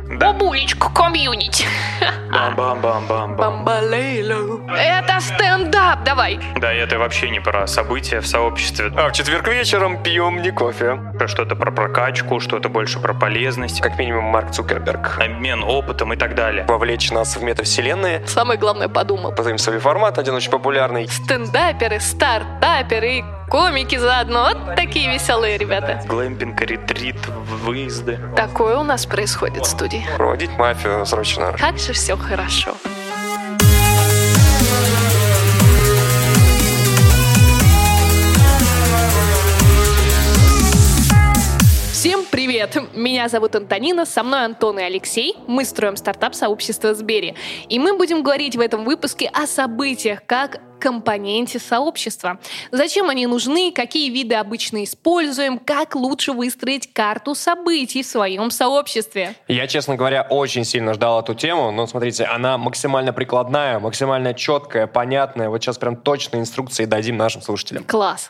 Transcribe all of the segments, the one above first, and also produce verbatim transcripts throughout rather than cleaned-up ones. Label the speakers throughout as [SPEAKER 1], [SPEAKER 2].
[SPEAKER 1] Да.
[SPEAKER 2] Бабулечку комьюнити.
[SPEAKER 1] Бам-бам-бам-бам-бам.
[SPEAKER 2] Бамбалейло. Это стендап, давай.
[SPEAKER 1] Да, и это вообще не про события в сообществе.
[SPEAKER 3] А в четверг вечером пьем не кофе.
[SPEAKER 1] Что-то про прокачку, что-то больше про полезность,
[SPEAKER 3] Как минимум Марк Цукерберг.
[SPEAKER 1] обмен опытом и так далее.
[SPEAKER 3] Вовлечь нас в метавселенные.
[SPEAKER 2] Самое главное подумал.
[SPEAKER 3] Позаимствовали формат, один очень популярный.
[SPEAKER 2] Стендаперы, стартаперы и комики заодно. Вот такие веселые ребята.
[SPEAKER 1] Глэмпинг, ретрит, выезды.
[SPEAKER 2] Такое у нас происходит в студии.
[SPEAKER 3] Проводить мафию срочно.
[SPEAKER 2] Как же все хорошо. Всем привет! Меня зовут Антонина, со мной Антон и Алексей. Мы строим стартап-сообщество Сбери. И мы будем говорить в этом выпуске о событиях как компоненте сообщества. Зачем они нужны, какие виды обычно используем, как лучше выстроить карту событий в своем сообществе.
[SPEAKER 3] Я, честно говоря, очень сильно ждал эту тему, но, смотрите, она максимально прикладная, максимально четкая, понятная. Вот сейчас прям точные инструкции дадим нашим слушателям.
[SPEAKER 2] Класс!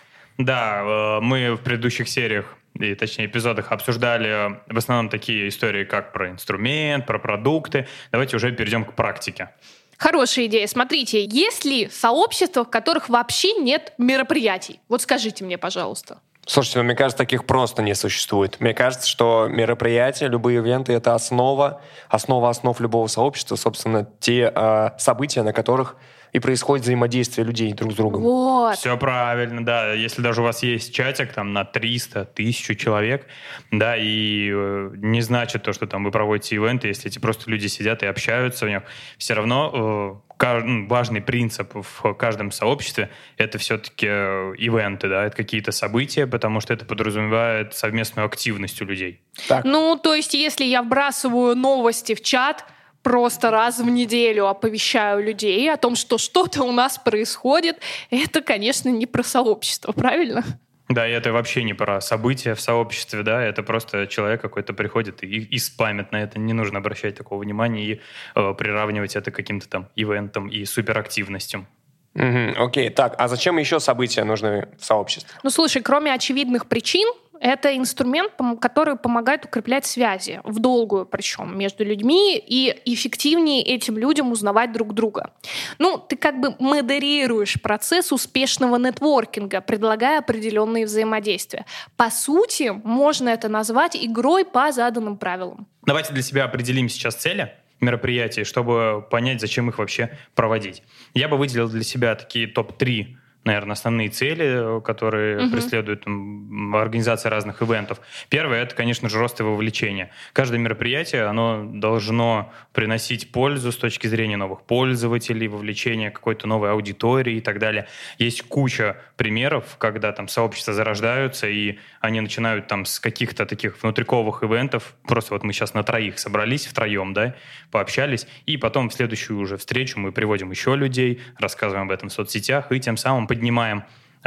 [SPEAKER 1] Да, мы в предыдущих сериях, и точнее эпизодах, обсуждали в основном такие истории, как про инструмент, про продукты. Давайте уже перейдем к практике.
[SPEAKER 2] Хорошая идея. Смотрите, есть ли сообщества, в которых вообще нет мероприятий? Вот скажите мне, пожалуйста.
[SPEAKER 3] Слушайте, ну, мне кажется, таких просто не существует. Мне кажется, что мероприятия, любые ивенты — это основа, основа основ любого сообщества, собственно, те э, события, на которых и происходит взаимодействие людей друг с другом.
[SPEAKER 2] Вот.
[SPEAKER 1] Все правильно, да. Если даже у вас есть чатик там на триста, тысячу человек, да, и э, не значит то, что там вы проводите ивенты, если эти просто люди сидят и общаются в нем, все равно э, каж- ну, важный принцип в каждом сообществе — это все-таки э, ивенты, да, это какие-то события, потому что это подразумевает совместную активность у людей.
[SPEAKER 3] Так.
[SPEAKER 2] Ну, то есть, если я вбрасываю новости в чат, просто раз в неделю оповещаю людей о том, что что-то у нас происходит, это, конечно, не про сообщество, правильно?
[SPEAKER 1] Да, и это вообще не про события в сообществе, да, это просто человек какой-то приходит и, и спамит на это. Не нужно обращать такого внимания и э, приравнивать это к каким-то там ивентам и суперактивностям.
[SPEAKER 3] Угу, окей, так, а зачем еще события нужны в сообществе?
[SPEAKER 2] Ну, слушай, кроме очевидных причин, это инструмент, пом- который помогает укреплять связи, в долгую причем, между людьми, и эффективнее этим людям узнавать друг друга. Ну, ты как бы модерируешь процесс успешного нетворкинга, предлагая определенные взаимодействия. По сути, можно это назвать игрой по заданным правилам.
[SPEAKER 1] Давайте для себя определим сейчас цели мероприятий, чтобы понять, зачем их вообще проводить. Я бы выделил для себя такие топ три, наверное, основные цели, которые uh-huh. преследует м, организация разных ивентов. Первое — это, конечно же, рост и вовлечение. Каждое мероприятие, оно должно приносить пользу с точки зрения новых пользователей, вовлечения какой-то новой аудитории и так далее. Есть куча примеров, когда там сообщества зарождаются, и они начинают там с каких-то таких внутриковых ивентов. Просто вот мы сейчас на троих собрались втроем, да, пообщались, и потом в следующую уже встречу мы приводим еще людей, рассказываем об этом в соцсетях, и тем самым поднимаем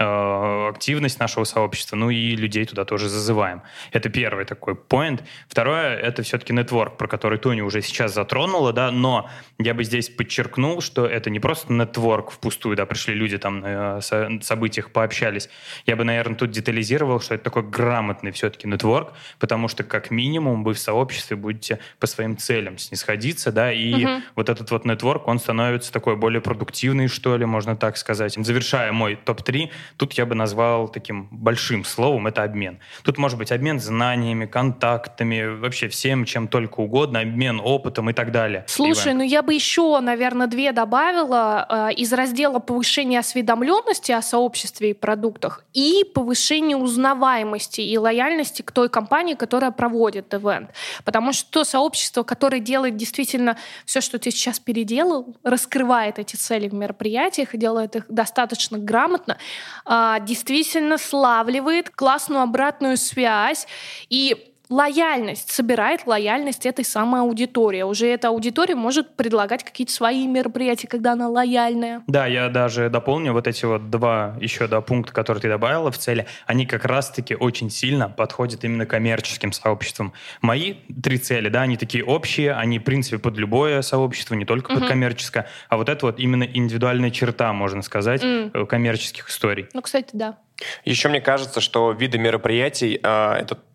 [SPEAKER 1] э, активность нашего сообщества, ну и людей туда тоже зазываем. Это первый такой поинт. Второе — это все-таки нетворк, про который Тоня уже сейчас затронула, да, но я бы здесь подчеркнул, что это не просто нетворк впустую, да, пришли люди там на со- событиях, пообщались. Я бы, наверное, тут детализировал, что это такой грамотный все-таки нетворк, потому что как минимум вы в сообществе будете по своим целям снисходиться, да, и
[SPEAKER 2] Мгм.
[SPEAKER 1] вот этот вот нетворк, он становится такой более продуктивный, что ли, можно так сказать. Завершая мой топ три, тут я бы назвал таким большим словом — это обмен. Тут может быть обмен знаниями, контактами, вообще всем, чем только угодно, обмен опытом и так далее.
[SPEAKER 2] Слушай,
[SPEAKER 1] Иван.
[SPEAKER 2] ну я бы еще, наверное, две добавила э, из раздела повышения осведомленности о сообществе и продуктах и повышение узнаваемости и лояльности к той компании, которая проводит ивент. Потому что то сообщество, которое делает действительно все, что ты сейчас переделал, раскрывает эти цели в мероприятиях и делает их достаточно грамотно, э, действительно славливает классную обратную связь и лояльность, собирает лояльность этой самой аудитории. Уже эта аудитория может предлагать какие-то свои мероприятия, когда она лояльная.
[SPEAKER 1] Да, я даже дополню вот эти вот два еще да, пункта, которые ты добавила в цели, они как раз-таки очень сильно подходят именно коммерческим сообществам. Мои три цели, да, они такие общие, они, в принципе, под любое сообщество, не только под
[SPEAKER 2] Мгм.
[SPEAKER 1] коммерческое, а вот это вот именно индивидуальная черта, можно сказать,
[SPEAKER 2] М.
[SPEAKER 1] э, коммерческих историй.
[SPEAKER 2] Ну, кстати, да.
[SPEAKER 3] Еще мне кажется, что виды мероприятий, э, это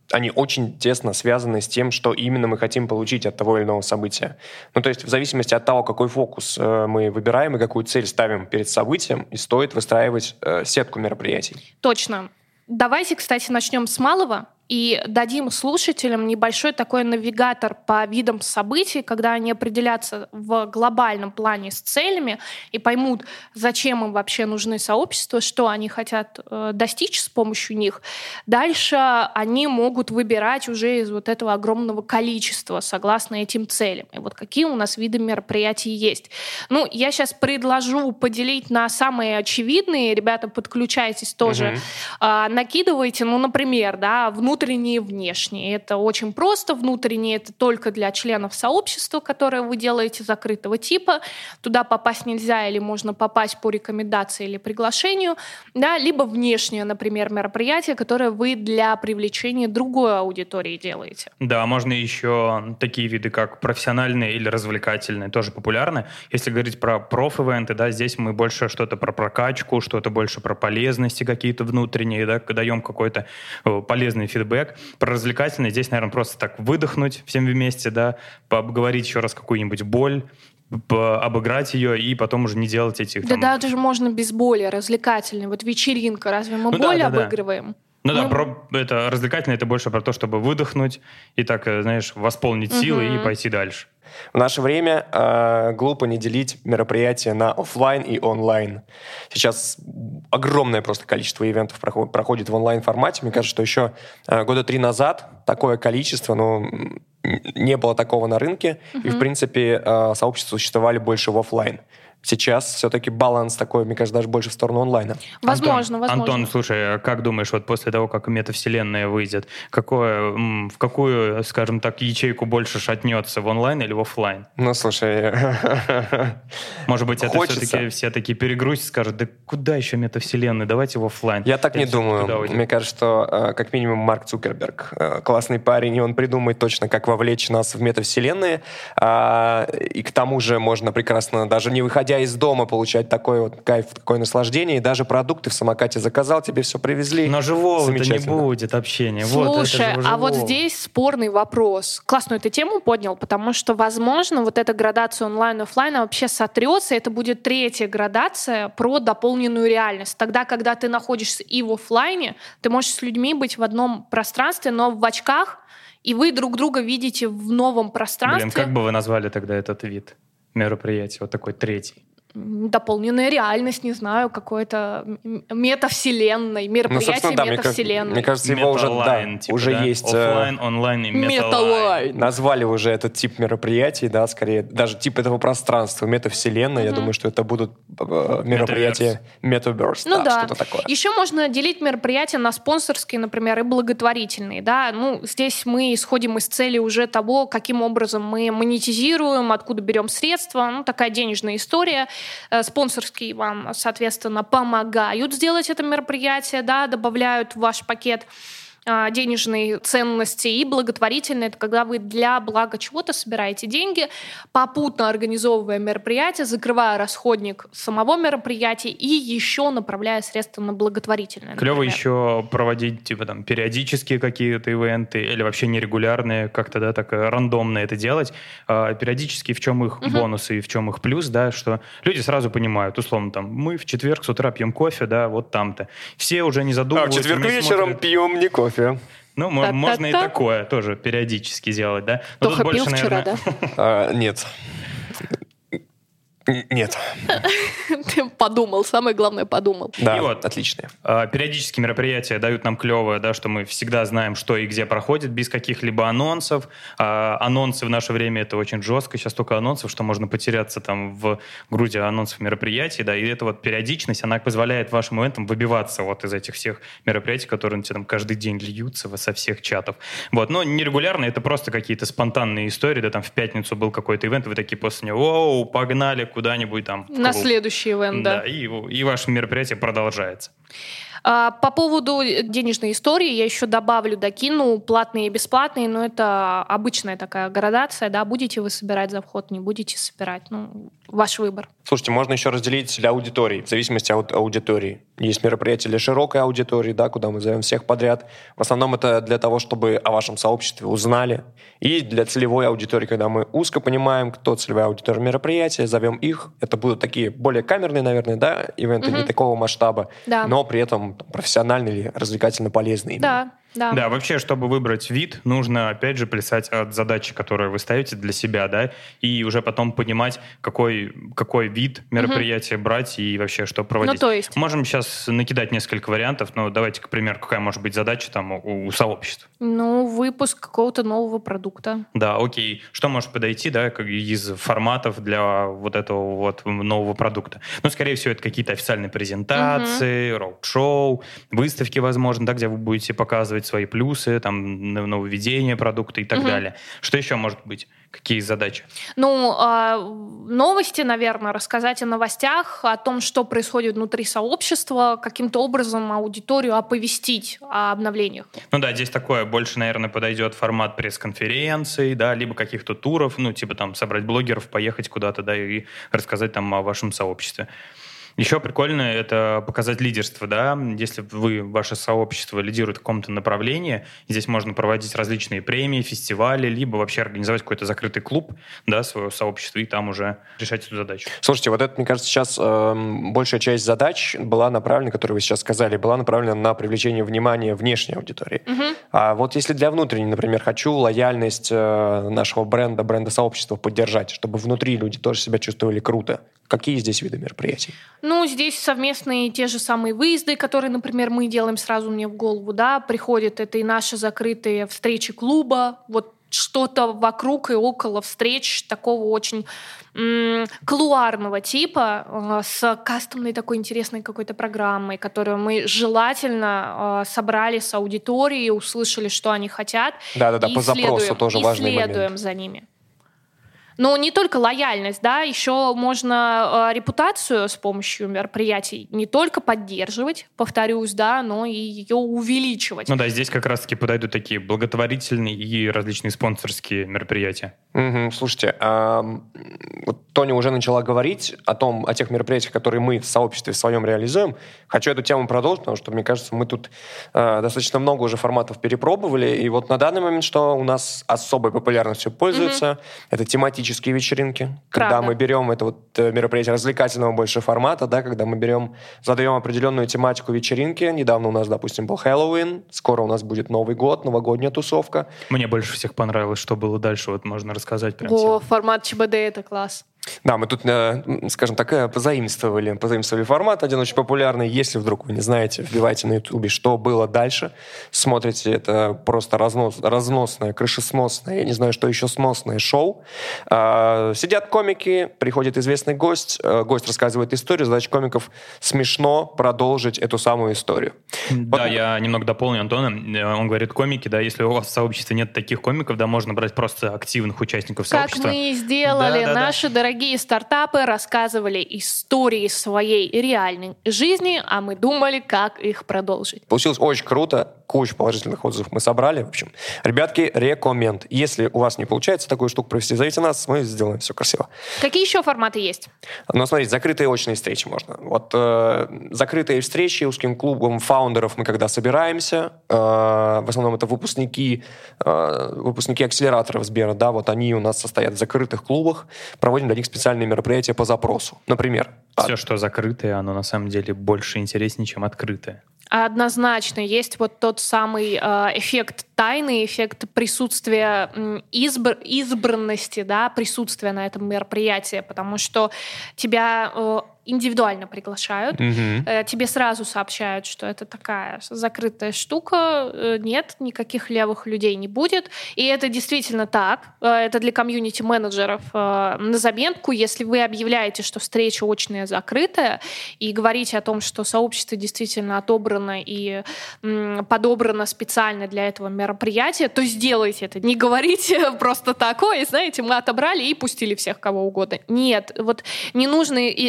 [SPEAKER 3] они очень тесно связаны с тем, что именно мы хотим получить от того или иного события. Ну, то есть в зависимости от того, какой фокус э, мы выбираем и какую цель ставим перед событием, и стоит выстраивать э, сетку мероприятий.
[SPEAKER 2] Точно. Давайте, кстати, начнем с малого и дадим слушателям небольшой такой навигатор по видам событий, когда они определятся в глобальном плане с целями и поймут, зачем им вообще нужны сообщества, что они хотят э, достичь с помощью них. Дальше они могут выбирать уже из вот этого огромного количества согласно этим целям. И вот какие у нас виды мероприятий есть. Ну, я сейчас предложу поделить на самые очевидные. Ребята, подключайтесь тоже. Угу. Э, накидывайте, ну, например, да, внутренние Внутренние и внешние. Это очень просто. Внутренние — это только для членов сообщества, которые вы делаете закрытого типа. Туда попасть нельзя или можно попасть по рекомендации или приглашению. Да? Либо внешние, например, мероприятия, которые вы для привлечения другой аудитории делаете.
[SPEAKER 1] Да, можно еще такие виды, как профессиональные или развлекательные, тоже популярны. Если говорить про проф-ивенты, да, здесь мы больше что-то про прокачку, что-то больше про полезности какие-то внутренние, да, даем какой-то полезный фидбэк. Про развлекательное здесь, наверное, просто так выдохнуть всем вместе, да, пообговорить еще раз какую-нибудь боль, обыграть ее и потом уже не делать этих...
[SPEAKER 2] Да
[SPEAKER 1] там...
[SPEAKER 2] даже можно без боли, развлекательный. Вот вечеринка, разве мы ну, боль да, да, обыгрываем?
[SPEAKER 1] Да. Ну мы... да, про, это развлекательное, это больше про то, чтобы выдохнуть и так, знаешь, восполнить силы угу. и пойти дальше.
[SPEAKER 3] В наше время э, глупо не делить мероприятия на офлайн и онлайн. Сейчас огромное просто количество ивентов проход, проходит в онлайн-формате. Мне кажется, что еще э, года три назад такое количество, ну, не было такого на рынке. Mm-hmm. И, в принципе, э, сообщества существовали больше в офлайн. Сейчас все-таки баланс такой, мне кажется, даже больше в сторону онлайна.
[SPEAKER 2] Возможно,
[SPEAKER 1] Антон,
[SPEAKER 2] возможно.
[SPEAKER 1] Антон, слушай, как думаешь, вот после того, как метавселенная выйдет, какое, в какую, скажем так, ячейку больше шатнется, в онлайн или в офлайн?
[SPEAKER 3] Ну, слушай...
[SPEAKER 1] Может быть, это все-таки все такие перегрузят, скажут, да куда еще метавселенная, давайте в офлайн.
[SPEAKER 3] Я так не думаю. Мне кажется, что как минимум Марк Цукерберг классный парень, и он придумает точно, как вовлечь нас в метавселенные. И к тому же можно прекрасно, даже не выходя из дома, получать такой вот кайф, такое наслаждение, и даже продукты в самокате заказал, тебе все привезли.
[SPEAKER 1] Но живого-то не будет общения.
[SPEAKER 2] Слушай,
[SPEAKER 1] вот,
[SPEAKER 2] а вот здесь спорный вопрос. Классную ты тему поднял, потому что, возможно, вот эта градация онлайн-офлайна вообще сотрется, и это будет третья градация про дополненную реальность. Тогда, когда ты находишься и в офлайне, ты можешь с людьми быть в одном пространстве, но в очках, и вы друг друга видите в новом пространстве.
[SPEAKER 1] Блин, как бы вы назвали тогда этот вид мероприятия, вот такой третий?
[SPEAKER 2] Дополненная реальность, не знаю, какой-то метавселенной, мероприятие ну, да, метавселенной.
[SPEAKER 3] Мне кажется, его уже, да,
[SPEAKER 1] типа,
[SPEAKER 3] уже
[SPEAKER 1] да?
[SPEAKER 3] есть...
[SPEAKER 1] Оффлайн, онлайн и металайн.
[SPEAKER 3] Назвали уже этот тип мероприятий, да, скорее, даже тип этого пространства, метавселенная. Mm-hmm. Я думаю, что это будут мероприятия Metaverse,
[SPEAKER 2] ну,
[SPEAKER 3] да,
[SPEAKER 2] да,
[SPEAKER 3] что-то такое.
[SPEAKER 2] Еще можно делить мероприятия на спонсорские, например, и благотворительные, да. Ну, здесь мы исходим из цели уже того, каким образом мы монетизируем, откуда берем средства, ну, такая денежная история. Спонсорские вам, соответственно, помогают сделать это мероприятие, да, добавляют в ваш пакет денежные ценности, и благотворительные — это когда вы для блага чего-то собираете деньги, попутно организовывая мероприятие, закрывая расходник самого мероприятия и еще направляя средства на благотворительное.
[SPEAKER 1] Клево еще проводить типа там периодические какие-то ивенты или вообще нерегулярные, как-то да, так рандомно это делать. А, периодически в чем их uh-huh. бонусы и в чем их плюс, да, что люди сразу понимают, условно, там, мы в четверг с утра пьем кофе, да, вот там-то. Все уже не задумываются.
[SPEAKER 3] А в четверг вечером
[SPEAKER 1] смотрят...
[SPEAKER 3] пьем не кофе.
[SPEAKER 1] Ну, Та-та-та. можно и такое тоже периодически делать, да?
[SPEAKER 2] Но Тоха пил больше, вчера, наверное...
[SPEAKER 3] да? А, нет. Нет.
[SPEAKER 2] Ты подумал, самое главное подумал.
[SPEAKER 3] Да,
[SPEAKER 1] и вот,
[SPEAKER 3] отлично.
[SPEAKER 1] Периодические мероприятия дают нам клевое, да, что мы всегда знаем, что и где проходит, без каких-либо анонсов. А, анонсы в наше время — это очень жестко. Сейчас столько анонсов, что можно потеряться там в груди анонсов мероприятий, да, и эта вот периодичность, она позволяет вашим ивентам выбиваться вот из этих всех мероприятий, которые на тебя там каждый день льются со всех чатов. Вот, но нерегулярно это просто какие-то спонтанные истории, да, там в пятницу был какой-то ивент, вы такие после него, оу, погнали куда-нибудь там.
[SPEAKER 2] На следующий ивент, да.
[SPEAKER 1] Да, и, и ваше мероприятие продолжается.
[SPEAKER 2] По поводу денежной истории я еще добавлю, докину платные и бесплатные, но это обычная такая градация, да, будете вы собирать за вход, не будете собирать, ну, ваш выбор.
[SPEAKER 3] Слушайте, можно еще разделить для аудиторий, в зависимости от аудитории. Есть мероприятия для широкой аудитории, да, куда мы зовем всех подряд. В основном это для того, чтобы о вашем сообществе узнали. И для целевой аудитории, когда мы узко понимаем, кто целевая аудитория мероприятия, зовем их. Это будут такие более камерные, наверное, да, ивенты, угу. не такого масштаба, да. но при этом профессиональные или развлекательно полезные.
[SPEAKER 2] Да. Да.
[SPEAKER 1] да, вообще, чтобы выбрать вид, нужно, опять же, плясать от задачи, которые вы ставите для себя, да, и уже потом понимать, какой, какой вид мероприятия угу. брать и вообще что проводить.
[SPEAKER 2] Ну, то есть...
[SPEAKER 1] Можем сейчас накидать несколько вариантов, но давайте, к примеру, какая может быть задача там у, у сообществ?
[SPEAKER 2] Ну, выпуск какого-то нового продукта.
[SPEAKER 1] Да, окей. Что может подойти, да, из форматов для вот этого вот нового продукта? Ну, скорее всего, это какие-то официальные презентации, угу. роуд-шоу, выставки, возможно, да, где вы будете показывать свои плюсы, там, нововведение продукта и так угу. далее. Что еще может быть? Какие задачи?
[SPEAKER 2] Ну, новости, наверное, рассказать о новостях, о том, что происходит внутри сообщества, каким-то образом аудиторию оповестить о обновлениях.
[SPEAKER 1] Ну да, здесь такое больше, наверное, подойдет формат пресс-конференций, да, либо каких-то туров, ну, типа там собрать блогеров, поехать куда-то, да, и рассказать там о вашем сообществе. Еще прикольно это показать лидерство, да, если вы, ваше сообщество лидирует в каком-то направлении, здесь можно проводить различные премии, фестивали, либо вообще организовать какой-то закрытый клуб, да, своего сообщества и там уже решать эту задачу.
[SPEAKER 3] Слушайте, вот это, мне кажется, сейчас э, большая часть задач была направлена, которую вы сейчас сказали, была направлена на привлечение внимания внешней аудитории. Угу. А вот если для внутренней, например, хочу лояльность э, нашего бренда, бренда сообщества поддержать, чтобы внутри люди тоже себя чувствовали круто, какие здесь виды мероприятий?
[SPEAKER 2] Ну, здесь совместные те же самые выезды, которые, например, мы делаем, сразу мне в голову, да, приходят, это и наши закрытые встречи клуба, вот что-то вокруг и около встреч такого очень м- клуарного типа, э, с кастомной такой интересной какой-то программой, которую мы желательно э, собрали с аудиторией, услышали, что они хотят.
[SPEAKER 3] Да-да-да, по запросу тоже важный момент.
[SPEAKER 2] Исследуем за ними. Но не только лояльность, да, еще можно э, репутацию с помощью мероприятий не только поддерживать, повторюсь, да, но и ее увеличивать.
[SPEAKER 1] Ну да, здесь как раз-таки подойдут такие благотворительные и различные спонсорские мероприятия.
[SPEAKER 3] Угу, слушайте, а, вот Тоня уже начала говорить о том, о тех мероприятиях, которые мы в сообществе в своем реализуем. Хочу эту тему продолжить, потому что, мне кажется, мы тут э, достаточно много уже форматов перепробовали, и вот на данный момент, что у нас особой популярностью пользуется, угу. это тематические вечеринки, когда
[SPEAKER 2] Правда.
[SPEAKER 3] мы берем это вот мероприятие развлекательного больше формата, да, когда мы берем, задаем определенную тематику вечеринки. Недавно у нас, допустим, был Хэллоуин, скоро у нас будет Новый год, новогодняя тусовка.
[SPEAKER 1] Мне больше всех понравилось, что было дальше, вот можно рассказать прям.
[SPEAKER 2] О,
[SPEAKER 1] всем.
[SPEAKER 2] формат ЧБД — это класс.
[SPEAKER 3] Да, мы тут, скажем так, позаимствовали, позаимствовали формат, один очень популярный. Если вдруг вы не знаете, вбивайте на Ютубе, что было дальше. Смотрите, это просто разнос, разносное, крышесносное, я не знаю, что еще сносное шоу. А, сидят комики, приходит известный гость, гость рассказывает историю, задача комиков смешно продолжить эту самую историю.
[SPEAKER 1] Да, вот. Я немного дополню Антона. Он говорит, комики, да, если у вас в сообществе нет таких комиков, да, можно брать просто активных участников
[SPEAKER 2] как
[SPEAKER 1] сообщества.
[SPEAKER 2] Как мы и сделали, да, да, наши да. дорогие Дорогие стартапы рассказывали истории своей реальной жизни, а мы думали, как их продолжить.
[SPEAKER 3] Получилось очень круто, кучу положительных отзывов мы собрали. В общем, ребятки, рекоменд. Если у вас не получается такую штуку провести, зовите нас, мы сделаем все красиво.
[SPEAKER 2] Какие еще форматы есть?
[SPEAKER 3] Ну, смотрите, закрытые очные встречи можно. Вот э, закрытые встречи узким клубом фаундеров мы когда собираемся, э, в основном это выпускники, э, выпускники акселераторов Сбера, да, вот они у нас состоят в закрытых клубах, проводим для них специальные мероприятия по запросу. Например.
[SPEAKER 1] Все, от... что закрытое, оно на самом деле больше интереснее, чем открытое.
[SPEAKER 2] Однозначно. Есть вот тот самый э, эффект тайны, эффект присутствия э, избр- избранности, да, присутствия на этом мероприятии, потому что тебя э, индивидуально приглашают,
[SPEAKER 3] mm-hmm.
[SPEAKER 2] э, тебе сразу сообщают, что это такая закрытая штука, э, нет, никаких левых людей не будет, и это действительно так. Э, это для комьюнити-менеджеров э, на заметку. Если вы объявляете, что встреча очная закрытая, и говорите о том, что сообщество действительно отобрано и м, подобрано специально для этого мероприятия, то сделайте это. Не говорите просто такое, знаете, мы отобрали и пустили всех кого угодно. Нет, вот не нужно использовать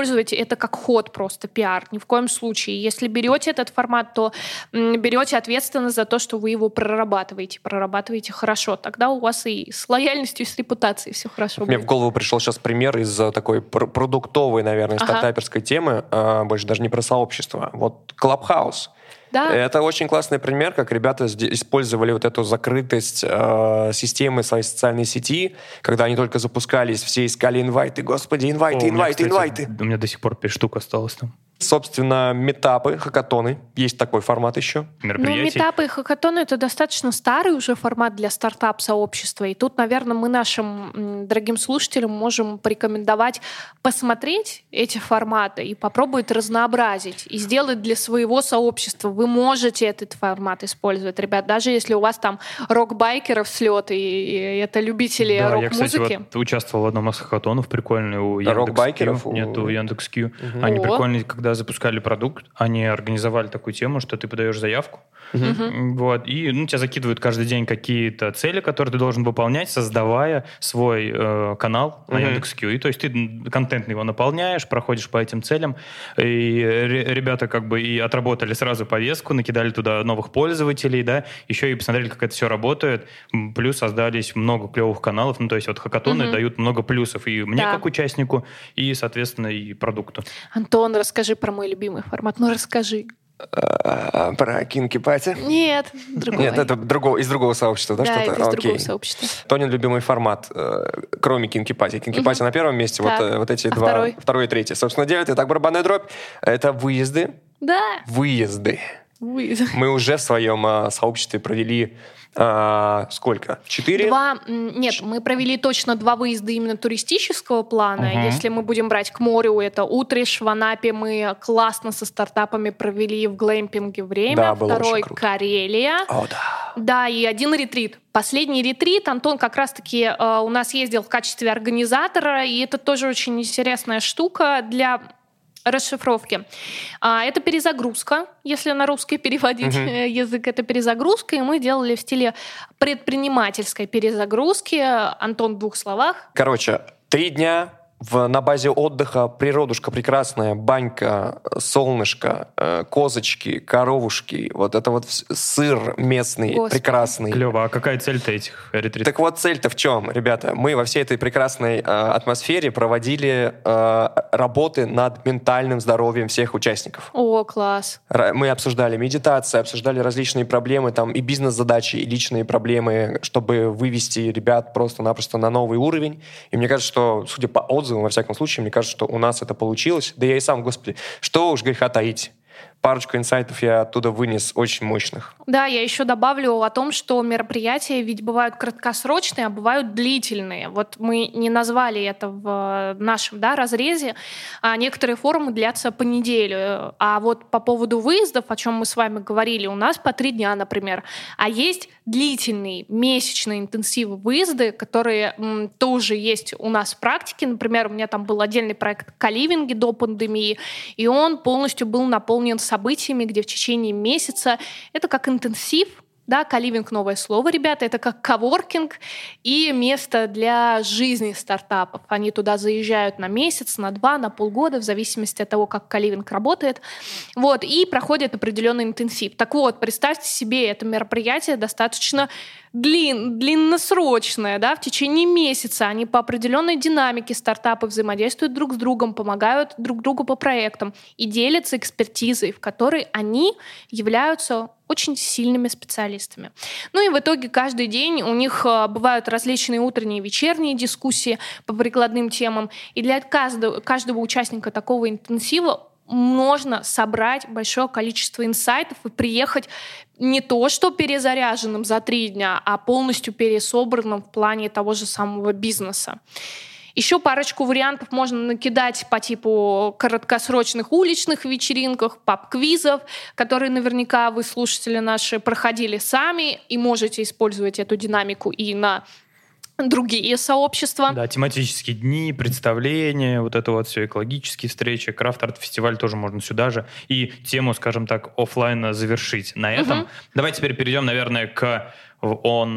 [SPEAKER 2] использовать это как ход просто, пиар. Ни в коем случае. Если берете этот формат, то берете ответственность за то, что вы его прорабатываете. Прорабатываете хорошо. Тогда у вас и с лояльностью, и с репутацией все хорошо
[SPEAKER 3] Мне
[SPEAKER 2] будет.
[SPEAKER 3] в голову пришел сейчас пример из такой пр- продуктовой, наверное,
[SPEAKER 2] Ага.
[SPEAKER 3] стартаперской темы, а, больше даже не про сообщество. Вот Clubhouse.
[SPEAKER 2] Да.
[SPEAKER 3] Это очень классный пример, как ребята использовали вот эту закрытость э, системы своей социальной сети, когда они только запускались, все искали инвайты. Господи, инвайты,
[SPEAKER 1] О, у меня,
[SPEAKER 3] инвайты,
[SPEAKER 1] кстати,
[SPEAKER 3] инвайты.
[SPEAKER 1] У меня до сих пор пять штук осталось там.
[SPEAKER 3] Собственно, метапы, хакатоны. Есть такой формат еще.
[SPEAKER 2] Ну,
[SPEAKER 1] Мероприятий.
[SPEAKER 2] метапы и хакатоны — это достаточно старый уже формат для стартап-сообщества. И тут, наверное, мы нашим м, дорогим слушателям можем порекомендовать посмотреть эти форматы и попробовать разнообразить и сделать для своего сообщества. Вы можете этот формат использовать, ребят, даже если у вас там рок-байкеров слет, и, и это любители
[SPEAKER 1] Да,
[SPEAKER 2] рок-музыки.
[SPEAKER 1] я, кстати, вот участвовал в одном из хакатонов, прикольный у
[SPEAKER 3] Рок-байкеров?
[SPEAKER 1] Яндекс.Кью. Нет, у Яндекс.Кью.
[SPEAKER 3] Мгм.
[SPEAKER 1] Они
[SPEAKER 2] О.
[SPEAKER 1] прикольные, когда запускали продукт, они организовали такую тему, что ты подаешь заявку,
[SPEAKER 2] Мгм.
[SPEAKER 1] вот, и ну, тебя закидывают каждый день какие-то цели, которые ты должен выполнять, создавая свой э, канал на
[SPEAKER 3] Мгм.
[SPEAKER 1] Яндекс.Кью. И то есть ты контентно его наполняешь, проходишь по этим целям, и ре- ребята как бы и отработали сразу повестку, накидали туда новых пользователей, да, еще и посмотрели, как это все работает, М, плюс создались много клевых каналов, ну, то есть вот хакатоны
[SPEAKER 2] Мгм.
[SPEAKER 1] дают много плюсов и мне
[SPEAKER 2] Да.
[SPEAKER 1] как участнику, и, соответственно, и продукту.
[SPEAKER 2] Антон, расскажи про мой любимый формат. Ну, расскажи.
[SPEAKER 3] А, Про кинки-пати.
[SPEAKER 2] Нет, другой.
[SPEAKER 3] Нет, это другого, из другого сообщества, да,
[SPEAKER 2] Да,
[SPEAKER 3] что-то?
[SPEAKER 2] это из другого
[SPEAKER 3] Окей.
[SPEAKER 2] сообщества.
[SPEAKER 3] Тонин любимый формат, э, кроме кинки-пати. Кинки-пати
[SPEAKER 2] Мгм.
[SPEAKER 3] на первом месте, вот,
[SPEAKER 2] Так.
[SPEAKER 3] э, вот эти
[SPEAKER 2] А
[SPEAKER 3] два,
[SPEAKER 2] второй?
[SPEAKER 3] второй и третий. Собственно, девятый, так, барабанная дробь. Это выезды.
[SPEAKER 2] Да.
[SPEAKER 3] Выезды.
[SPEAKER 2] Вы...
[SPEAKER 3] Мы уже в своем а, сообществе провели а, сколько? Четыре?
[SPEAKER 2] Два, м, нет, мы провели точно два выезда именно туристического плана.
[SPEAKER 1] Мгм.
[SPEAKER 2] Если мы будем брать к морю, это Утриш, в Анапе мы классно со стартапами провели в глэмпинге время.
[SPEAKER 3] Да, было
[SPEAKER 2] Второй
[SPEAKER 3] очень круто.
[SPEAKER 2] Карелия.
[SPEAKER 3] О, да.
[SPEAKER 2] Да, и один ретрит. Последний ретрит Антон как раз-таки э, у нас ездил в качестве организатора, и это тоже очень интересная штука для расшифровки. А, это перезагрузка, если на русский переводить
[SPEAKER 3] Мгм.
[SPEAKER 2] э, язык, это перезагрузка, и мы делали в стиле предпринимательской перезагрузки. Антон, в двух словах.
[SPEAKER 3] Короче, три дня в, на базе отдыха, природушка прекрасная, банька, солнышко, э, козочки, коровушки, вот это вот вс- сыр местный,
[SPEAKER 2] Господи.
[SPEAKER 3] прекрасный.
[SPEAKER 1] Клево. А какая цель-то этих ретритов?
[SPEAKER 3] Так вот, цель-то в чем, ребята? Мы во всей этой прекрасной э, атмосфере проводили э, работы над ментальным здоровьем всех участников.
[SPEAKER 2] О, класс.
[SPEAKER 3] Ра- Мы обсуждали медитацию, обсуждали различные проблемы, там и бизнес-задачи, и личные проблемы, чтобы вывести ребят просто-напросто на новый уровень. И мне кажется, что, судя по отзывам, во всяком случае, мне кажется, что у нас это получилось. Да я и сам, господи, что уж греха таить. Парочку инсайтов я оттуда вынес очень мощных.
[SPEAKER 2] Да, я еще добавлю о том, что мероприятия ведь бывают краткосрочные, а бывают длительные. Вот мы не назвали это в нашем, да, разрезе, а некоторые форумы длятся по неделю. А вот по поводу выездов, о чем мы с вами говорили, у нас по три дня, например. А есть длительные месячные интенсивы выезды, которые м, тоже есть у нас в практике. Например, у меня там был отдельный проект «Каливинги» до пандемии, и он полностью был наполнен событиями, где в течение месяца это как интенсив, да, каливинг — новое слово, ребята, это как коворкинг и место для жизни стартапов. Они туда заезжают на месяц, на два, на полгода, в зависимости от того, как каливинг работает, вот, и проходит определенный интенсив. Так вот, представьте себе, это мероприятие достаточно длин, длинносрочное, да, в течение месяца. Они по определенной динамике стартапы взаимодействуют друг с другом, помогают друг другу по проектам и делятся экспертизой, в которой они являются очень сильными специалистами. Ну и в итоге каждый день у них а, бывают различные утренние и вечерние дискуссии по прикладным темам. И для каждого, каждого участника такого интенсива можно собрать большое количество инсайтов и приехать не то что перезаряженным за три дня, а полностью пересобранным в плане того же самого бизнеса. Еще парочку вариантов можно накидать по типу краткосрочных уличных вечеринках, паб-квизов, которые наверняка вы, слушатели наши, проходили сами и можете использовать эту динамику и на другие сообщества.
[SPEAKER 1] Да, тематические дни, представления, вот это вот все, экологические встречи, крафт-арт-фестиваль тоже можно сюда же. И тему, скажем так, офлайна завершить на этом.
[SPEAKER 2] Мгм.
[SPEAKER 1] Давайте теперь перейдем, наверное, к в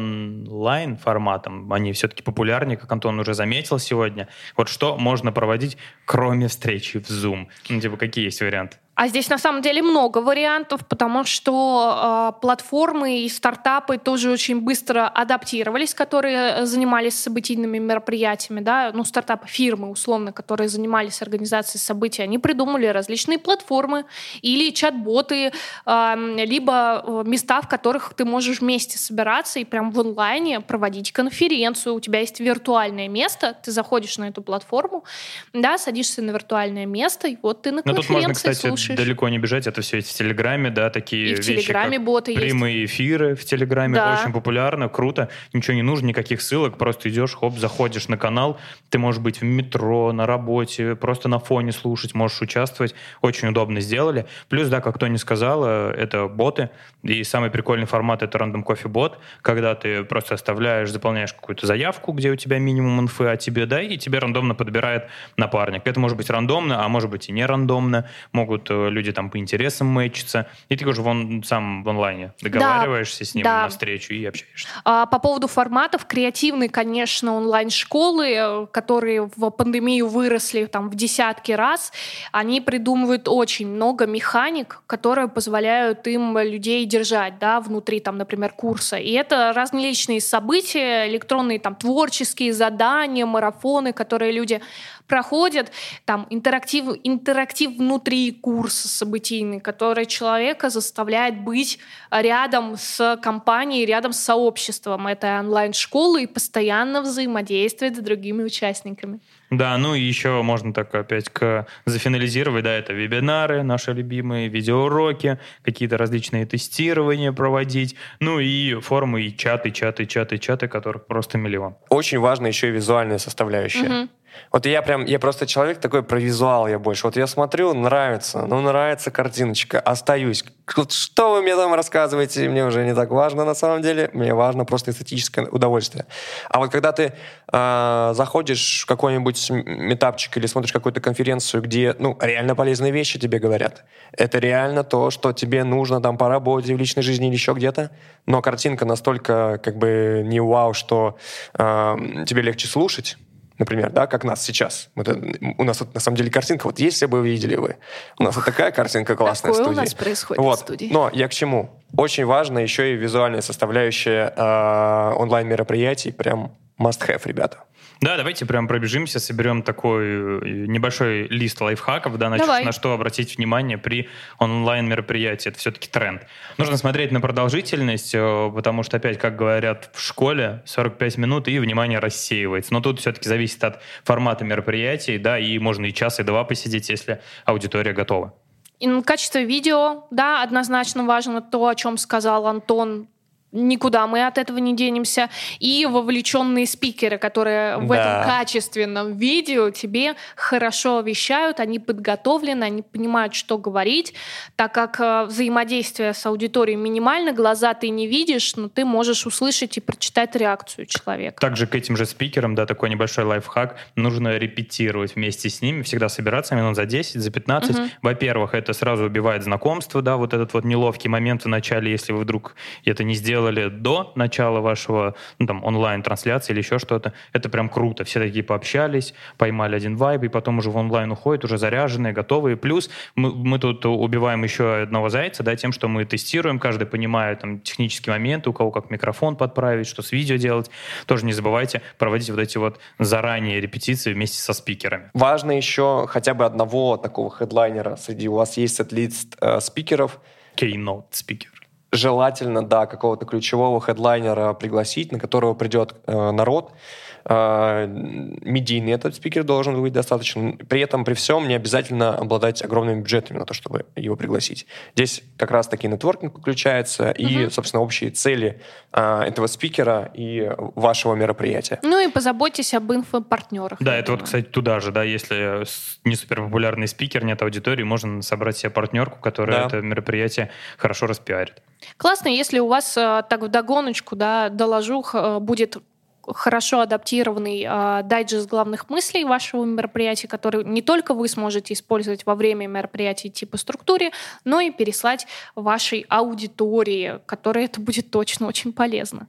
[SPEAKER 1] онлайн-форматом, они все-таки популярнее, как Антон уже заметил сегодня. Вот что можно проводить, кроме встречи в Zoom? Ну, типа, какие есть варианты?
[SPEAKER 2] А здесь на самом деле много вариантов, потому что э, платформы и стартапы тоже очень быстро адаптировались, которые занимались событийными мероприятиями, да, ну стартапы, фирмы условно, которые занимались организацией событий, они придумали различные платформы или чат-боты, э, либо места, в которых ты можешь вместе собираться и прям в онлайне проводить конференцию. У тебя есть виртуальное место, ты заходишь на эту платформу, да, садишься на виртуальное место, и вот ты на
[SPEAKER 1] Но
[SPEAKER 2] конференции
[SPEAKER 1] тут можно, кстати,
[SPEAKER 2] слушаешь.
[SPEAKER 1] Далеко не бежать, это все есть в Телеграме, да, такие
[SPEAKER 2] и в
[SPEAKER 1] вещи,
[SPEAKER 2] Телеграме
[SPEAKER 1] как
[SPEAKER 2] боты
[SPEAKER 1] прямые
[SPEAKER 2] есть.
[SPEAKER 1] эфиры в Телеграме,
[SPEAKER 2] да.
[SPEAKER 1] очень популярно, круто, ничего не нужно, никаких ссылок, просто идешь, хоп, заходишь на канал, ты можешь быть в метро, на работе, просто на фоне слушать, можешь участвовать, очень удобно сделали. Плюс, да, как Тони сказала, это боты, и самый прикольный формат — это Random Coffee Bot, когда ты просто оставляешь, заполняешь какую-то заявку, где у тебя минимум инфы о тебе, да, и тебе рандомно подбирает напарник. Это может быть рандомно, а может быть и не рандомно, могут люди там по интересам мэчатся, и ты уже вон, сам в онлайне договариваешься да, с ним да. на встречу и общаешься.
[SPEAKER 2] А, по поводу форматов, креативные, конечно, онлайн-школы, которые в пандемию выросли там в десятки раз, они придумывают очень много механик, которые позволяют им людей держать, да, внутри, там, например, курса. И это различные события, электронные там творческие задания, марафоны, которые люди проходят, там интерактив, интерактив внутри курса событийный, который человека заставляет быть рядом с компанией, рядом с сообществом этой онлайн-школы и постоянно взаимодействовать с другими участниками.
[SPEAKER 1] Да, ну и еще можно так опять к зафинализировать, да, это вебинары, наши любимые, видеоуроки, какие-то различные тестирования проводить, ну и форумы, и чаты, чаты, чаты, чаты, которых просто миллион.
[SPEAKER 3] Очень важна еще и визуальная составляющая. Угу. Вот я прям, я просто человек такой про визуал, я больше. Вот я смотрю, нравится, ну нравится картиночка, остаюсь. Что вы мне там рассказываете, мне уже не так важно на самом деле, мне важно просто эстетическое удовольствие. А вот когда ты э, заходишь в какой-нибудь митапчик или смотришь какую-то конференцию, где, ну, реально полезные вещи тебе говорят, это реально то, что тебе нужно там по работе, в личной жизни или еще где-то, но картинка настолько как бы не вау, что э, тебе легче слушать, например, да, как нас сейчас. Это, у нас вот, на самом деле картинка, вот если бы вы видели вы, у нас вот такая картинка классная в студии.
[SPEAKER 2] Такое у нас происходит
[SPEAKER 3] вот.
[SPEAKER 2] в студии.
[SPEAKER 3] Но я к чему? Очень важно еще и визуальная составляющая э, онлайн-мероприятий, прям must-have, ребята.
[SPEAKER 1] Да, давайте прям пробежимся, соберем такой небольшой лист лайфхаков, да, на, на что обратить внимание при онлайн-мероприятии. Это все-таки тренд. Нужно смотреть на продолжительность, потому что, опять, как говорят в школе, сорок пять минут, и внимание рассеивается. Но тут все-таки зависит от формата мероприятий, да, и можно и час, и два посидеть, если аудитория готова.
[SPEAKER 2] И качество видео, да, однозначно важно то, о чем сказал Антон. Никуда мы от этого не денемся. И вовлеченные спикеры, которые в да. этом качественном видео тебе хорошо вещают, они подготовлены, они понимают, что говорить, так как взаимодействие с аудиторией минимально, глаза ты не видишь, но ты можешь услышать и прочитать реакцию человека.
[SPEAKER 1] Также к этим же спикерам, да, такой небольшой лайфхак, нужно репетировать вместе с ними, всегда собираться минут за десять, за пятнадцать. Угу. Во-первых, это сразу убивает знакомство, да, вот этот вот неловкий момент в начале, если вы вдруг это не сделали до начала вашего, ну, там, онлайн-трансляции или еще что-то. Это прям круто. Все такие пообщались, поймали один вайб, и потом уже в онлайн уходят, уже заряженные, готовые. Плюс мы, мы тут убиваем еще одного зайца, да, тем, что мы тестируем, каждый понимает там технические моменты, у кого как микрофон подправить, что с видео делать. Тоже не забывайте проводить вот эти вот заранее репетиции вместе со спикерами.
[SPEAKER 3] Важно еще хотя бы одного такого хедлайнера среди у вас есть сет-лист э, спикеров.
[SPEAKER 1] Keynote спикер.
[SPEAKER 3] Желательно, да, какого-то ключевого хедлайнера пригласить, на которого придет э, народ. Э, медийный этот спикер должен быть достаточно. При этом, при всем, не обязательно обладать огромными бюджетами на то, чтобы его пригласить. Здесь как раз-таки нетворкинг включается uh-huh. и, собственно, общие цели э, этого спикера и вашего мероприятия.
[SPEAKER 2] Ну и позаботьтесь об инфопартнерах.
[SPEAKER 1] Да, это думаю. Вот, кстати, туда же, да, если не суперпопулярный спикер, нет аудитории, можно собрать себе партнерку, которая да. это мероприятие хорошо распиарит.
[SPEAKER 2] Классно, если у вас так вдогоночку, да, доложу, будет хорошо адаптированный э, дайджест главных мыслей вашего мероприятия, который не только вы сможете использовать во время мероприятия идти по структуре, но и переслать вашей аудитории, которой это будет точно очень полезно.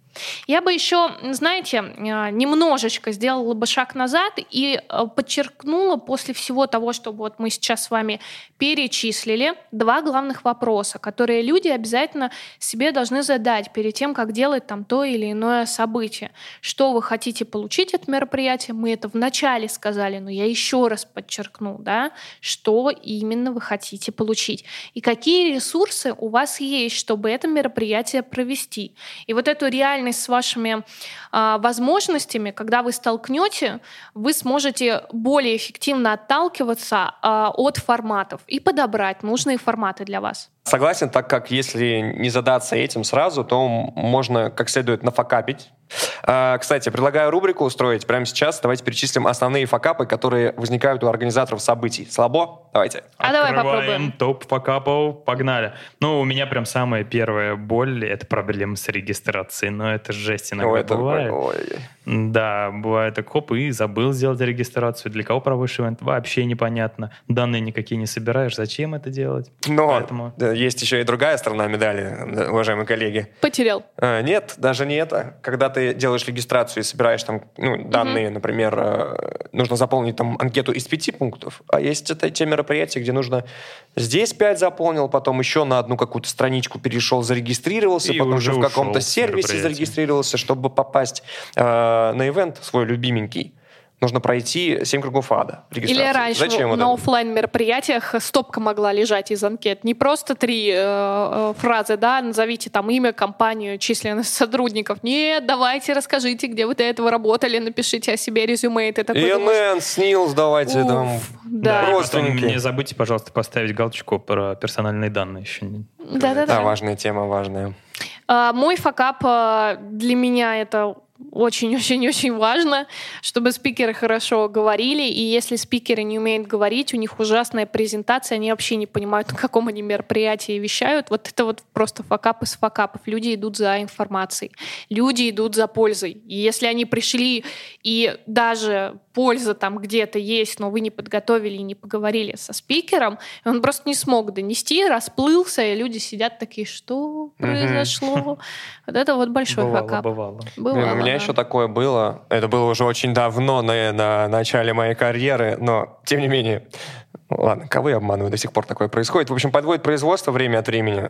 [SPEAKER 2] Я бы еще, знаете, немножечко сделала бы шаг назад и подчеркнула после всего того, что вот мы сейчас с вами перечислили, два главных вопроса, которые люди обязательно себе должны задать перед тем, как делать там то или иное событие. Что вы хотите получить от мероприятия? Мы это вначале сказали, но я еще раз подчеркну, да, что именно вы хотите получить. И какие ресурсы у вас есть, чтобы это мероприятие провести. И вот эту реальность с вашими а, возможностями, когда вы столкнете, вы сможете более эффективно отталкиваться а, от форматов и подобрать нужные форматы для вас.
[SPEAKER 3] Согласен, так как если не задаться этим сразу, то можно как следует нафакапить. А, кстати, предлагаю рубрику устроить прямо сейчас. Давайте перечислим основные факапы, которые возникают у организаторов событий. Слабо? Давайте.
[SPEAKER 2] А давай попробуем.
[SPEAKER 1] Топ факапов. Погнали. Ну, у меня прям самая первая боль — это проблема с регистрацией. Но это жесть иногда Ой, бывает. Это... Ой. Да, бывает так, хоп, и забыл сделать регистрацию. Для кого проводишь ивент? Вообще непонятно. Данные никакие не собираешь. Зачем это делать?
[SPEAKER 3] Но Поэтому... есть еще и другая сторона медали, уважаемые коллеги.
[SPEAKER 2] Потерял.
[SPEAKER 3] А, нет, даже не это. Когда ты делаешь регистрацию и собираешь там ну, данные, mm-hmm. например, нужно заполнить там анкету из пяти пунктов, а есть это те мероприятия, где нужно здесь пять заполнил, потом еще на одну какую-то страничку перешел, зарегистрировался, и потом уже в каком-то сервисе зарегистрировался, чтобы попасть э, на ивент свой любименький. Нужно пройти семь кругов ада.
[SPEAKER 2] Или раньше Зачем на вот офлайн мероприятиях стопка могла лежать из анкет. Не просто три э, э, фразы, да, назовите там имя, компанию, численность сотрудников. Нет, давайте расскажите, где вы до этого работали, напишите о себе резюме. И ты такой
[SPEAKER 3] думаешь... СНИЛС давайте
[SPEAKER 2] Уф,
[SPEAKER 3] там.
[SPEAKER 2] Да.
[SPEAKER 1] да потом не забудьте, пожалуйста, поставить галочку про персональные данные еще.
[SPEAKER 2] Да-да-да.
[SPEAKER 3] Да, важная тема, важная.
[SPEAKER 2] А, мой факап для меня это очень-очень-очень важно, чтобы спикеры хорошо говорили, и если спикеры не умеют говорить, у них ужасная презентация, они вообще не понимают, на каком они мероприятии вещают. Вот это вот просто факап из факапов. Люди идут за информацией, люди идут за пользой. И если они пришли, и даже польза там где-то есть, но вы не подготовили и не поговорили со спикером, он просто не смог донести, расплылся, и люди сидят такие, что произошло? Вот это вот большой факап.
[SPEAKER 1] Бывало,
[SPEAKER 3] бывало. У меня еще такое было. Это было уже очень давно, на, на начале моей карьеры, но тем не менее... Ладно, кого я обманываю, до сих пор такое происходит. В общем, подводит производство время от времени,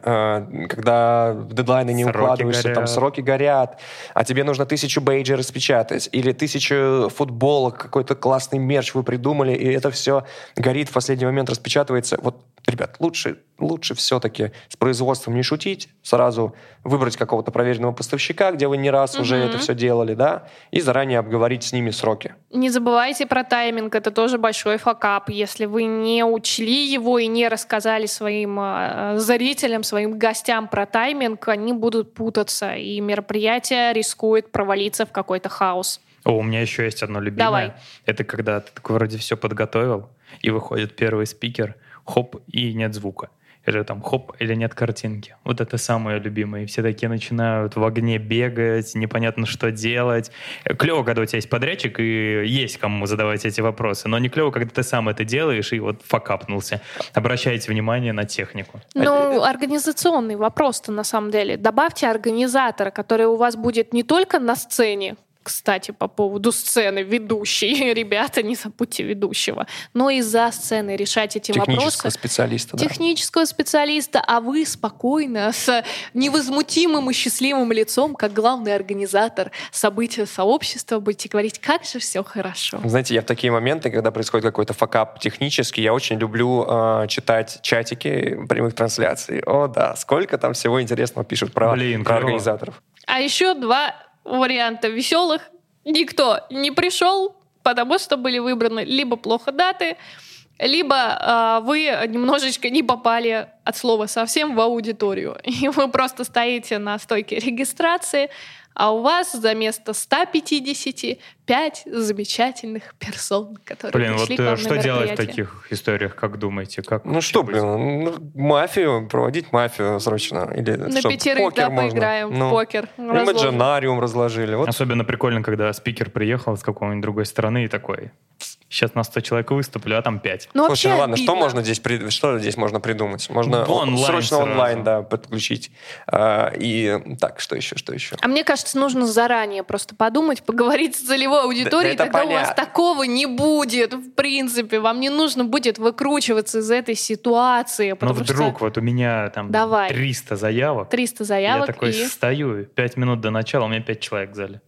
[SPEAKER 3] когда в дедлайны не сроки укладываешься, горят. Там сроки горят, а тебе нужно тысячу бейджей распечатать или тысячу футболок, какой-то классный мерч вы придумали, и это все горит в последний момент, распечатывается. Вот, ребят, лучше, лучше все-таки с производством не шутить, сразу выбрать какого-то проверенного поставщика, где вы не раз mm-hmm. уже это все делали, да, и заранее обговорить с ними сроки.
[SPEAKER 2] Не забывайте про тайминг, это тоже большой факап. Если вы не учли его и не рассказали своим э, зрителям, своим гостям про тайминг, они будут путаться, и мероприятие рискует провалиться в какой-то хаос.
[SPEAKER 1] О, у меня еще есть одно любимое.
[SPEAKER 2] Давай.
[SPEAKER 1] Это когда ты такой вроде все подготовил, и выходит первый спикер, хоп, и нет звука. Или там хоп, или нет картинки. Вот это самое любимое. И все такие начинают в огне бегать, непонятно, что делать. Клево, когда у тебя есть подрядчик, и есть кому задавать эти вопросы. Но не клево, когда ты сам это делаешь, и вот факапнулся. Обращайте внимание на технику.
[SPEAKER 2] Ну, организационный вопрос-то на самом деле. Добавьте организатора, который у вас будет не только на сцене, кстати, по поводу сцены, ведущий. Ребята, не забудьте ведущего. Но и за сценой решать эти
[SPEAKER 3] Технического
[SPEAKER 2] вопросы.
[SPEAKER 3] Технического специалиста, да.
[SPEAKER 2] Технического специалиста, а вы спокойно, с невозмутимым и счастливым лицом, как главный организатор события сообщества, будете говорить, как же все хорошо.
[SPEAKER 3] Знаете, я в такие моменты, когда происходит какой-то факап технический, я очень люблю э, читать чатики прямых трансляций. О, да, сколько там всего интересного пишут про,
[SPEAKER 1] Блин,
[SPEAKER 3] про организаторов.
[SPEAKER 2] А еще два варианта веселых. Никто не пришел, потому что были выбраны либо плохо даты, либо э, вы немножечко не попали от слова совсем в аудиторию. И вы просто стоите на стойке регистрации, а у вас за место ста пятидесяти пять замечательных персон, которые
[SPEAKER 1] Блин,
[SPEAKER 2] пришли
[SPEAKER 1] вот
[SPEAKER 2] к вам
[SPEAKER 1] что
[SPEAKER 2] на
[SPEAKER 1] делать в
[SPEAKER 2] мероприятие.
[SPEAKER 1] таких историях, как думаете? Как
[SPEAKER 3] Ну что,
[SPEAKER 1] быть?
[SPEAKER 3] блин, ну, мафию, проводить мафию срочно. Или
[SPEAKER 2] На
[SPEAKER 3] что,
[SPEAKER 2] пятерых,
[SPEAKER 3] покер
[SPEAKER 2] да,
[SPEAKER 3] можно.
[SPEAKER 2] поиграем
[SPEAKER 3] Ну,
[SPEAKER 2] в покер.
[SPEAKER 3] и
[SPEAKER 2] разложим.
[SPEAKER 3] Маджинариум разложили. Вот.
[SPEAKER 1] Особенно прикольно, когда спикер приехал с какой-нибудь другой страны и такой: сейчас на сто человек выступлю, а там пять.
[SPEAKER 2] Ну,
[SPEAKER 3] Слушай,
[SPEAKER 2] вообще
[SPEAKER 3] ну ладно, что
[SPEAKER 2] обидно.
[SPEAKER 3] можно здесь, при- что здесь можно придумать? Можно
[SPEAKER 1] В онлайн
[SPEAKER 3] срочно
[SPEAKER 1] сразу.
[SPEAKER 3] онлайн, да, подключить. А, и так, что еще, что еще?
[SPEAKER 2] А мне кажется, нужно заранее просто подумать, поговорить с целевой аудиторией,
[SPEAKER 3] да это
[SPEAKER 2] тогда у вас
[SPEAKER 3] понятно.
[SPEAKER 2] такого не будет, в принципе. Вам не нужно будет выкручиваться из этой ситуации,
[SPEAKER 1] Но
[SPEAKER 2] потому
[SPEAKER 1] вдруг
[SPEAKER 2] что
[SPEAKER 1] вот у меня там
[SPEAKER 2] Давай.
[SPEAKER 1] триста заявок,
[SPEAKER 2] триста заявок
[SPEAKER 1] я такой
[SPEAKER 2] и...
[SPEAKER 1] стою, пять минут до начала, у меня пять человек в зале.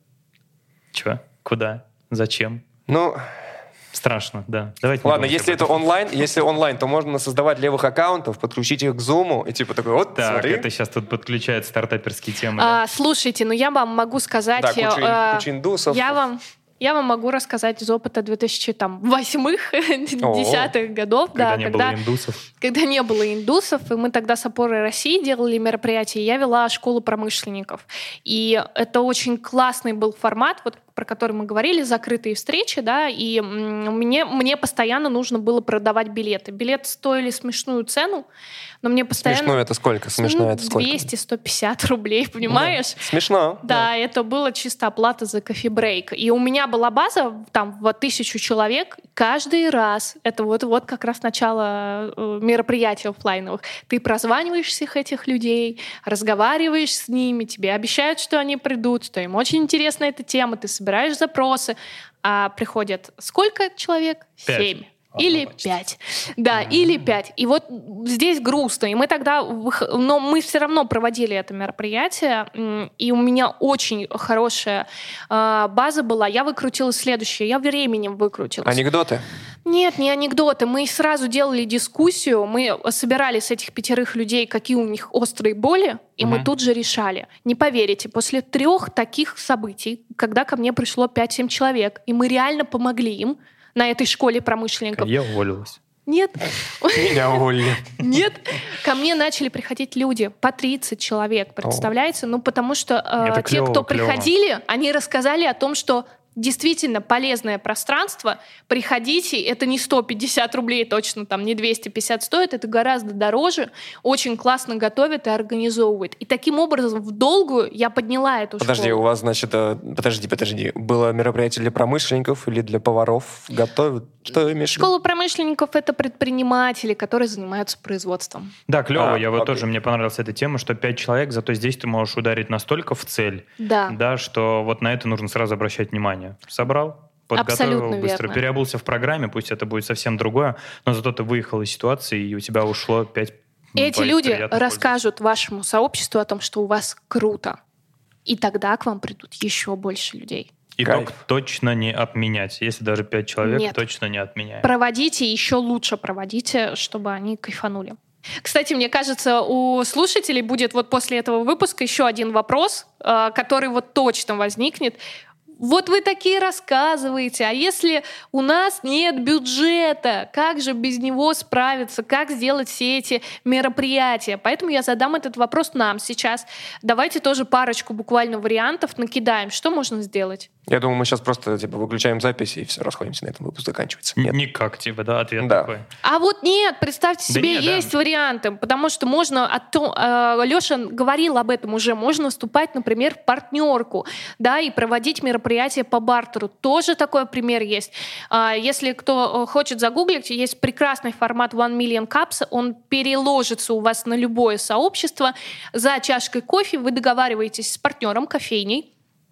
[SPEAKER 1] Чё? Куда? Зачем?
[SPEAKER 3] Ну,
[SPEAKER 1] Страшно, да. Давайте не
[SPEAKER 3] ладно,
[SPEAKER 1] думать
[SPEAKER 3] если
[SPEAKER 1] об
[SPEAKER 3] это
[SPEAKER 1] этом.
[SPEAKER 3] онлайн, если онлайн, то можно создавать левых аккаунтов, подключить их к Zoom, и типа такой, вот,
[SPEAKER 1] Так,
[SPEAKER 3] смотри.
[SPEAKER 1] это сейчас тут подключают стартаперские темы. да.
[SPEAKER 2] А, слушайте, ну я вам могу сказать...
[SPEAKER 3] Да, куча,
[SPEAKER 2] э,
[SPEAKER 3] куча индусов.
[SPEAKER 2] Я вам, я вам могу рассказать из опыта две тысячи восьмых десятых годов,
[SPEAKER 1] Когда
[SPEAKER 2] да,
[SPEAKER 1] не
[SPEAKER 2] когда,
[SPEAKER 1] было индусов.
[SPEAKER 2] когда не было индусов, и мы тогда с «Опорой России» делали мероприятие, я вела школу промышленников. И это очень классный был формат, вот про который мы говорили, закрытые встречи, да, и м, мне, мне постоянно нужно было продавать билеты. Билеты стоили смешную цену, но мне постоянно...
[SPEAKER 3] Смешно это сколько? Смешно
[SPEAKER 2] ну,
[SPEAKER 3] это сколько?
[SPEAKER 2] двести - сто пятьдесят рублей, понимаешь?
[SPEAKER 3] Смешно.
[SPEAKER 2] Да, это было чисто оплата за кофе-брейк. И у меня была база там в тысячу человек. Каждый раз, это вот, вот как раз начало э, мероприятий оффлайновых, ты прозваниваешь всех этих людей, разговариваешь с ними, тебе обещают, что они придут, что им очень интересна эта тема, ты собираешь запросы, а приходят сколько человек?
[SPEAKER 1] Пять.
[SPEAKER 2] Семь. Или пять. Да, или пять. И вот здесь грустно. И мы тогда... вых- Но мы все равно проводили это мероприятие. м, И у меня очень хорошая э, база была. Я выкрутилась следующее. Я временем выкрутилась.
[SPEAKER 3] Анекдоты?
[SPEAKER 2] Нет, не анекдоты. Мы сразу делали дискуссию. Мы собирали с этих пятерых людей, какие у них острые боли, и мы
[SPEAKER 3] Мгм.
[SPEAKER 2] тут же решали. Не поверите, после трех таких событий, когда ко мне пришло пять-семь человек, и мы реально помогли им на этой школе промышленников.
[SPEAKER 1] Я уволилась.
[SPEAKER 2] Нет,
[SPEAKER 3] Меня уволили.
[SPEAKER 2] нет. Ко мне начали приходить люди, по тридцать человек, представляете? Ну, потому что э,
[SPEAKER 1] Это
[SPEAKER 2] те,
[SPEAKER 1] клёво,
[SPEAKER 2] кто
[SPEAKER 1] клёво.
[SPEAKER 2] приходили, они рассказали о том, что действительно полезное пространство. Приходите, это не сто пятьдесят рублей точно, там не двести пятьдесят стоит, это гораздо дороже, очень классно готовят и организовывают. И таким образом в долгую я подняла эту
[SPEAKER 3] Подожди,
[SPEAKER 2] школу.
[SPEAKER 3] у вас, значит, э, подожди, подожди, было мероприятие для промышленников или для поваров? Готовят? Что имеешь в виду?
[SPEAKER 2] Школа промышленников — это предприниматели, которые занимаются производством.
[SPEAKER 1] Да, клево.
[SPEAKER 3] А,
[SPEAKER 1] я вот
[SPEAKER 3] окей.
[SPEAKER 1] тоже, мне понравилась эта тема, что пять человек, зато здесь ты можешь ударить настолько в цель,
[SPEAKER 2] Да.
[SPEAKER 1] да, что вот на это нужно сразу обращать внимание. Собрал, подготовил,
[SPEAKER 2] Абсолютно
[SPEAKER 1] быстро
[SPEAKER 2] верно.
[SPEAKER 1] переобулся в программе, пусть это будет совсем другое, но зато ты выехал из ситуации, и у тебя ушло пять
[SPEAKER 2] Эти
[SPEAKER 1] бай-
[SPEAKER 2] люди
[SPEAKER 1] приятных
[SPEAKER 2] расскажут вашему сообществу о том, что у вас круто. И тогда к вам придут еще больше людей.
[SPEAKER 1] пользователей. Итог
[SPEAKER 3] Кайф.
[SPEAKER 1] точно не отменять. Если даже пять человек,
[SPEAKER 2] Нет.
[SPEAKER 1] точно не отменяем.
[SPEAKER 2] Проводите, еще лучше проводите, чтобы они кайфанули. Кстати, мне кажется, у слушателей будет вот после этого выпуска еще один вопрос, э, который вот точно возникнет. Вот вы такие рассказываете, а если у нас нет бюджета, как же без него справиться, как сделать все эти мероприятия? Поэтому я задам этот вопрос нам сейчас. Давайте тоже парочку буквально вариантов накидаем. Что можно сделать?
[SPEAKER 3] Я думаю, мы сейчас просто типа выключаем запись и все, расходимся, на этом выпуск заканчивается. Нет.
[SPEAKER 1] Никак, типа, да, ответ
[SPEAKER 3] Да.
[SPEAKER 1] такой.
[SPEAKER 2] А вот нет, представьте
[SPEAKER 1] Да
[SPEAKER 2] себе,
[SPEAKER 1] нет, да.
[SPEAKER 2] есть варианты, потому что можно, а то, э, Леша говорил об этом уже, можно вступать, например, в партнерку, да, и проводить мероприятия по бартеру. Тоже такой пример есть. А, если кто э, хочет загуглить, есть прекрасный формат One Million Cups, он переложится у вас на любое сообщество. За чашкой кофе вы договариваетесь с партнером, кофейней,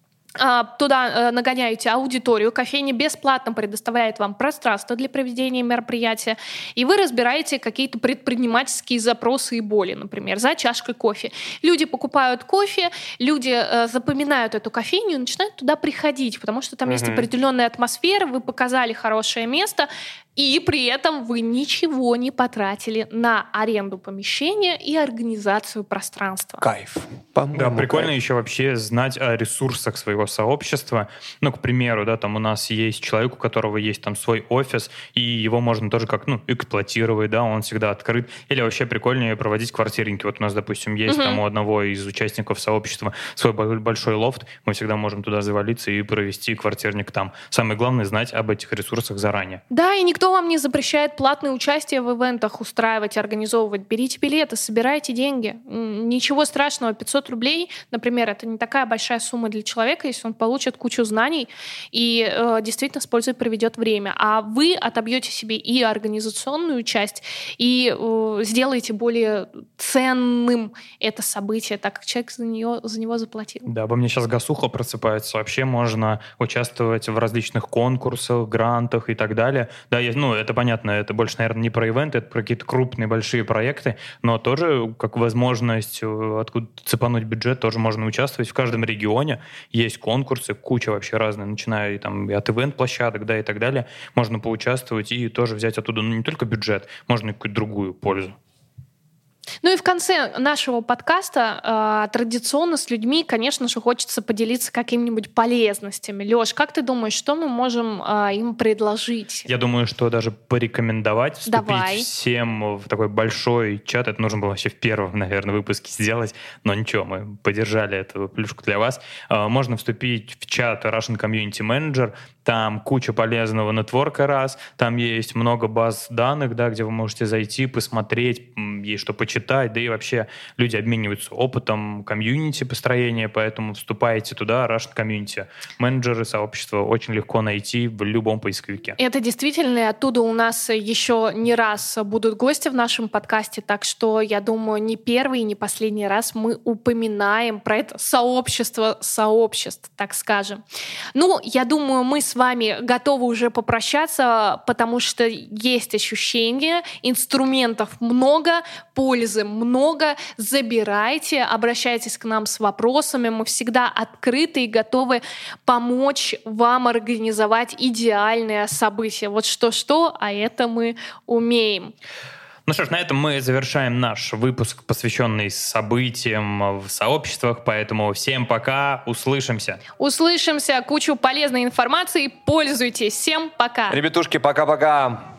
[SPEAKER 2] а, туда э, нагоняете аудиторию, кофейня бесплатно предоставляет вам пространство для проведения мероприятия, и вы разбираете какие-то предпринимательские запросы и боли, например, за чашкой кофе. Люди покупают кофе, люди э, запоминают эту кофейню и начинают туда приходить, потому что там есть
[SPEAKER 3] Мгм.
[SPEAKER 2] определенная атмосфера, вы показали хорошее место, И при этом вы ничего не потратили на аренду помещения и организацию пространства.
[SPEAKER 3] Кайф.
[SPEAKER 1] По-моему, да, прикольно кайф. Еще вообще знать о ресурсах своего сообщества. Ну, к примеру, да, там у нас есть человек, у которого есть там свой офис, и его можно тоже как, ну, эксплуатировать, да, он всегда открыт. Или вообще прикольнее проводить квартирники. Вот у нас, допустим, есть uh-huh. там у одного из участников сообщества свой большой лофт, мы всегда можем туда завалиться и провести квартирник там. Самое главное — знать об этих ресурсах заранее.
[SPEAKER 2] Да, и никто вам не запрещает платное участие в ивентах устраивать, организовывать. Берите билеты, собирайте деньги. Ничего страшного. пятьсот рублей, например, это не такая большая сумма для человека, если он получит кучу знаний и э, действительно с пользой проведет время. А вы отобьете себе и организационную часть, и э, сделаете более ценным это событие, так как человек за, нее, за него заплатил.
[SPEAKER 1] Да, обо мне сейчас гасуха просыпается. Вообще можно участвовать в различных конкурсах, грантах и так далее. Да, я, ну, это понятно, это больше, наверное, не про ивенты, это про какие-то крупные, большие проекты, но тоже как возможность откуда цепануть бюджет, тоже можно участвовать. В каждом регионе есть конкурсы, куча вообще разных, начиная там, и от ивент-площадок, да, и так далее. Можно поучаствовать и тоже взять оттуда, ну, не только бюджет, можно и какую-то другую пользу.
[SPEAKER 2] Ну и в конце нашего подкаста э, традиционно с людьми, конечно же, хочется поделиться какими-нибудь полезностями. Лёш, как ты думаешь, что мы можем э, им предложить?
[SPEAKER 1] Я думаю, что даже порекомендовать вступить
[SPEAKER 2] Давай.
[SPEAKER 1] всем в такой большой чат. Это нужно было вообще в первом, наверное, выпуске сделать, но ничего, мы поддержали эту плюшку для вас. Э, можно вступить в чат Russian Community Manager. Там куча полезного нетворка раз, там есть много баз данных, да, где вы можете зайти, посмотреть, есть что почитать, да и вообще люди обмениваются опытом комьюнити построения, поэтому вступайте туда, Russian Community. Менеджеры сообщества очень легко найти в любом поисковике.
[SPEAKER 2] Это действительно, и оттуда у нас еще не раз будут гости в нашем подкасте, так что, я думаю, не первый и не последний раз мы упоминаем про это сообщество сообществ, так скажем. Ну, я думаю, мы с вами готовы уже попрощаться, потому что есть ощущение, инструментов много, пользы много. Забирайте, обращайтесь к нам с вопросами. Мы всегда открыты и готовы помочь вам организовать идеальное событие. Вот что-что, а это мы умеем.
[SPEAKER 1] Ну что ж, на этом мы завершаем наш выпуск, посвященный событиям в сообществах, поэтому всем пока, услышимся.
[SPEAKER 2] Услышимся, кучу полезной информации, пользуйтесь. Всем пока.
[SPEAKER 3] Ребятушки, пока-пока.